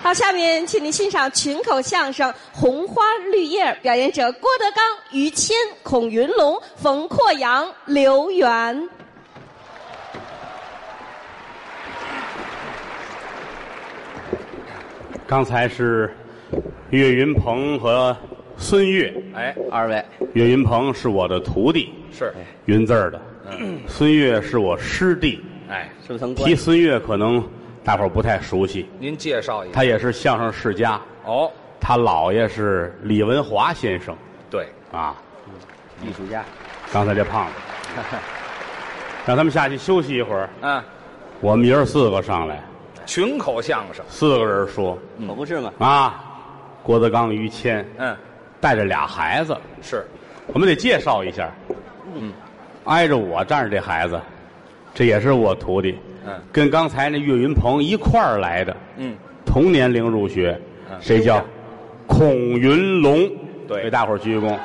好，下面请您欣赏群口相声《红花绿叶》，表演者郭德纲、于谦、孔云龙、冯阔阳、刘源。 刚才是岳云鹏和孙越， 哎，二位， 岳云鹏是我的徒弟， 是云字儿的，孙越是我师弟。 哎， 是不是层关提孙越可能大伙儿不太熟悉， 您介绍一下。 他也是相声世家， 哦， 他姥爷是李文华先生对， 啊。 艺术家， 刚才这胖子，让他们下去休息一会儿， 嗯， 我们爷儿四个上来， 群口相声， 四个人说可不是吗？ 啊，郭德纲、于谦嗯， 带着俩孩子， 是， 我们得介绍一下。挨着我站着这孩子，这也是我徒弟，跟刚才那岳云鹏一块儿来的，同年龄入学，谁叫孔云龙？ 对， 给大伙儿鞠躬。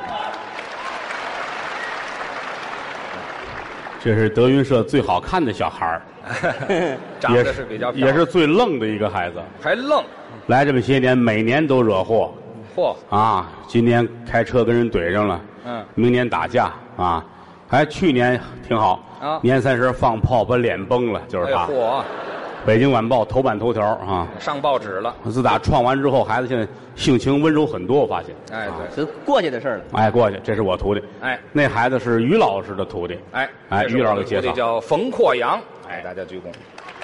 这是德云社最好看的小孩儿， 长得是比较漂亮也是最愣的一个孩子， 还愣， 来这么些年，每年都惹祸嚯， 啊！今年开车跟人怼上了，明年打架啊，还去年挺好啊， 年30放炮把脸崩了，就是他。 嚯， 北京晚报头版头条啊， 上报纸了， 自打创完之后，孩子现在性情温柔很多，我发现。 哎， 这过去的事儿了。 哎，过去，这是我徒弟。 哎， 那孩子是于老师的徒弟。 哎， 哎，于老师给介绍， 叫冯阔阳。哎，大家鞠躬。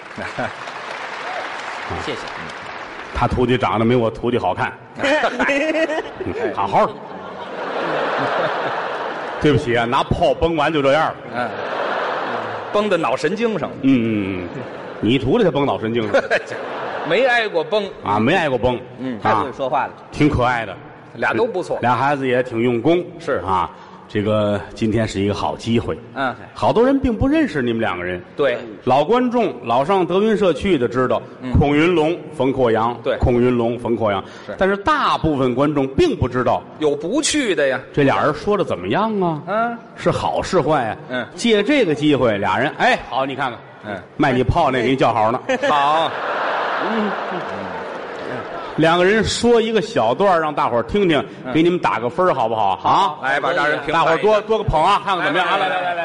谢谢。 他徒弟长得没我徒弟好看。好好的。对不起啊，拿炮崩完就这样了。 崩到脑神经上了。 你徒弟才崩脑神经上。 没挨过崩啊，没挨过崩。 太会说话了， 挺可爱的， 俩都不错。 俩孩子也挺用功。 是啊，这个今天是一个好机会。好多人并不认识你们两个人。 对， 老观众老上德云社去的知道，孔云龙、冯阔阳。 对， 孔云龙、冯阔阳。 是， 但是大部分观众并不知道有不去的呀。 这俩人说的怎么样啊？是好是坏啊？借这个机会，俩人哎，好，你看看，卖你炮那给你叫好呢。 好， 两个人说一个小段，让大伙儿听听，给你们打个分好不好？好， 来把大人评， 大伙儿多个捧啊，看看怎么样？来。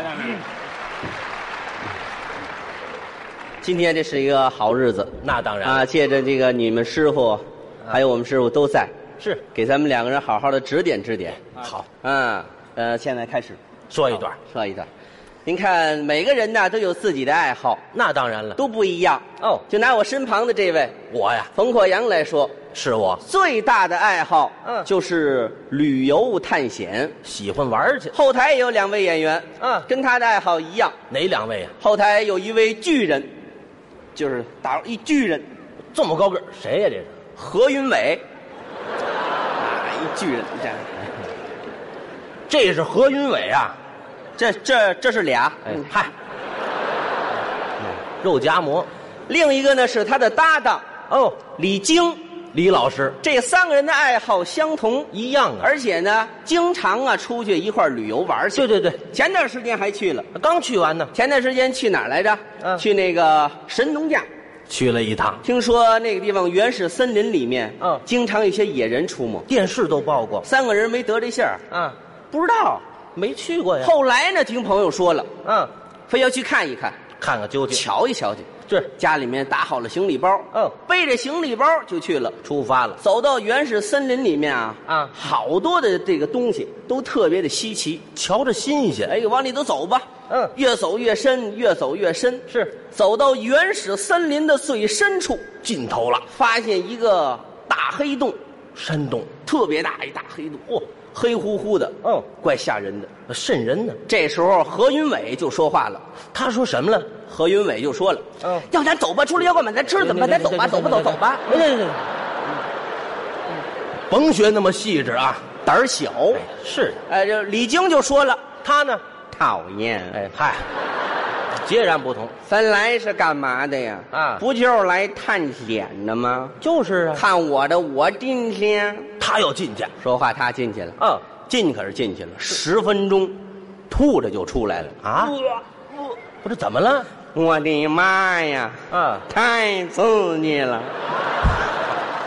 今天这是一个好日子， 那当然啊！借着这个你们师傅，还有我们师傅都在， 是给咱们两个人好好的指点指点。 好， 现在开始说一段， 说一段。您看，每个人呢都有自己的爱好， 那当然了， 都不一样。 哦， 就拿我身旁的这位我呀， 冯阔阳来说， 是我最大的爱好，就是旅游探险， 喜欢玩去。 后台也有2位演员，跟他的爱好一样。 哪2位呀？ 后台有一位巨人，就是打一巨人， 这么高个儿，谁呀？这是何云伟，一巨人， 这是何云伟啊。 这是俩， 嗨，肉夹馍。 另一个呢是他的搭档李菁， 李老师。 这3个人的爱好相同， 一样啊， 而且呢经常出去一块儿旅游玩去。 对， 前段时间还去了， 刚去完呢。 前段时间去哪儿来着？去那个神农架， 去了一趟。 听说那个地方原始森林里面，经常有些野人出没， 电视都报过。 3个人没得这信儿，不知道。 没去过呀。 后来呢，听朋友说了，非要去看一看， 看个究竟， 瞧一瞧去。 是家里面打好了行李包，背着行李包就去了， 出发了。 走到原始森林里面好多的这个东西都特别的稀奇， 瞧着新鲜。 哎，往里头走吧，越走越深，越走越深。 是， 走到原始森林的最深处， 尽头了， 发现一个大黑洞， 山洞， 特别大一大黑洞，黑乎乎的，怪吓人的， 瘆人呢。 这时候何云伟就说话了， 他说什么了？ 何云伟就说了，要咱走吧，出来要干嘛？咱吃怎么办？咱走吧，走吧。 甭学那么细致啊， 胆儿小。 是， 这李菁就说了， 他呢讨厌。 嗨，截然不同。 咱来是干嘛的呀？不就是来探险的吗？ 就是啊。 看我的，我进去。 他要进去， 说话他进去了。进可是进去了，10分钟，吐着就出来了啊！不是怎么了？ 我的妈呀！太刺激了！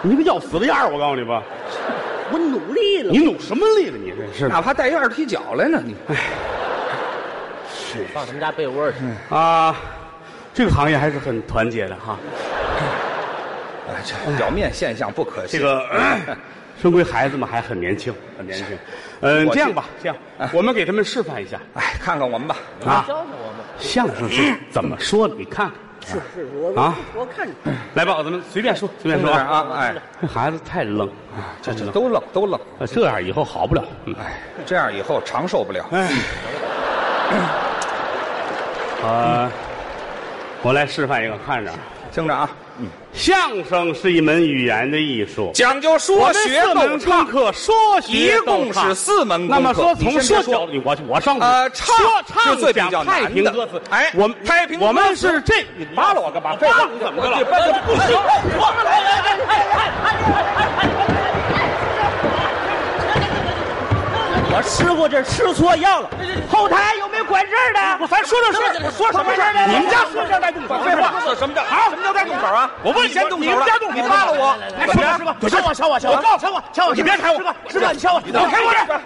你个要死的样儿，我告诉你吧。 我努力了。 你努什么力了？你这是哪怕带一二踢脚来呢？你放他们家被窝去啊！这个行业还是很团结的哈。 这表面现象不可信。 这个生归孩子们还很年轻，很年轻。这样吧，这样我们给他们示范一下。 哎，看看我们吧。 啊， 教教我们。 相声是怎么说的？你看看。 是，我看着。 来吧，咱们随便说，随便说啊！哎， 这孩子太愣啊， 这都愣，都愣。 这样以后好不了。 哎，这样以后长寿不了。 我来示范一个，看着， 听着啊。 相声是一门语言的艺术， 讲究说学逗唱课，说学逗唱， 一共是4门功课。 那么说从说角度，我上唱是最比较太平歌词。 哎，太平， 我们是这， 你扒拉我干嘛？废话，怎么的了？不行， 我师傅这吃错药了。后台有没有管事儿的？ 咱说这事，说什么事儿呢？你们家说事儿带动手？ 废话，什么叫啊？什么叫带动手啊？ 我问你先动手了， 你们家动手， 你扒拉我， 师傅，瞧我，我告诉瞧我，你别踩我， 师傅，你瞧我， 开过来。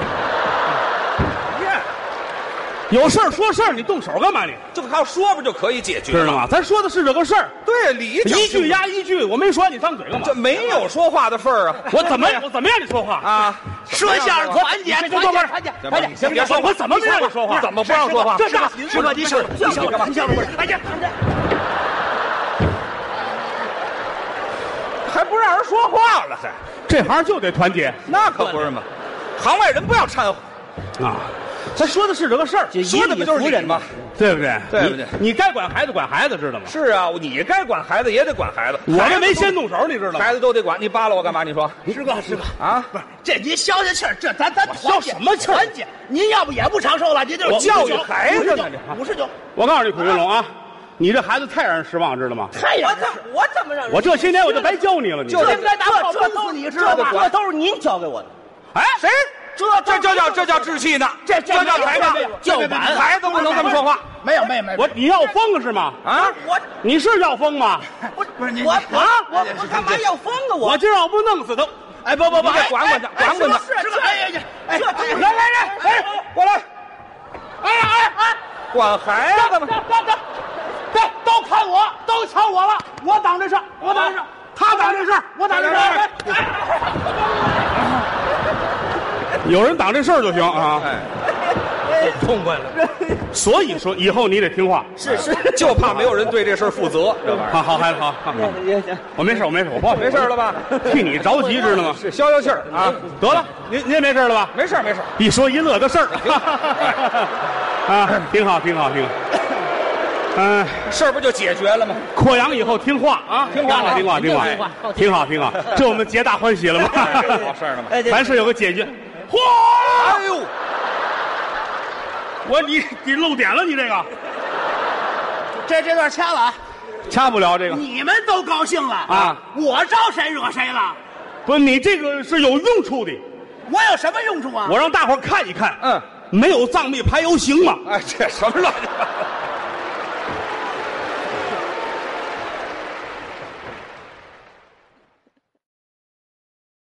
有事儿说事儿，你动手干嘛你？ 就靠说不就可以解决？ 知道吗？咱说的是这个事儿。 对，理一句压一句，我没说你张嘴干嘛？ 这没有说话的份儿啊！ 我怎么让你说话啊？ 说相声团结， 先别说， 我怎么没让你说话？ 你怎么不让说话？ 这大师傅，你笑干嘛？哎呀， 还不让人说话了？ 这行就得团结， 那可不是嘛！行外人不要掺和啊！咱说的是这个事儿， 说的不就是人吗？ 对不对？ 对不对？ 你该管孩子管孩子，知道吗？ 是啊，你该管孩子也得管孩子。 我们没先动手，你知道吗？ 孩子都得管，你扒拉我干嘛？你说， 师哥啊， 不是这您消消气儿，这咱消什么气儿？ 团结，您要不也不长寿了？您这教育孩子呢 ？59， 我告诉你，孔云龙啊，你这孩子太让人失望，知道吗？ 太让人，我怎么让人？ 我这些年我就白教你了，你就应该拿炮这都是你知道吗？这都是您教给我的。 哎， 谁？这叫志气呢，这叫抬杠， 叫板。 孩子不能这么说话。 没有。 你要疯是吗？ 啊， 你是要疯吗？ 不是你我干嘛要疯啊？ 我今儿要不弄死他！ 哎不， 你得管他，管他。 来， 过来！哎，管孩子嘛？ 对，都看我，都瞧我了，我挡这事，他挡这事，我挡这事。 有人挡这事儿就行啊！ 痛快了。 所以说，以后你得听话。 是， 就怕没有人对这事儿负责。这玩意儿， 好，孩子好。 行， 我没事，我报没事了吧？ 替你着急，知道吗？ 是消气儿啊！ 得了，您也没事了吧？ 没事。 一说一乐的事儿。啊，挺好。 事儿不就解决了吗？ 扩阳以后听话啊，听话，挺好，这我们皆大欢喜了吗？ 好事了嘛， 凡事有个解决。嚯！ 哎呦， 你漏点了，你这个， 这段掐了啊， 掐不了这个。 你们都高兴了啊， 我招谁惹谁了？ 不是你这个是有用处的。 我有什么用处啊？ 我让大伙儿看一看，没有藏秘排油行吗？ 哎，这什么乱七八糟？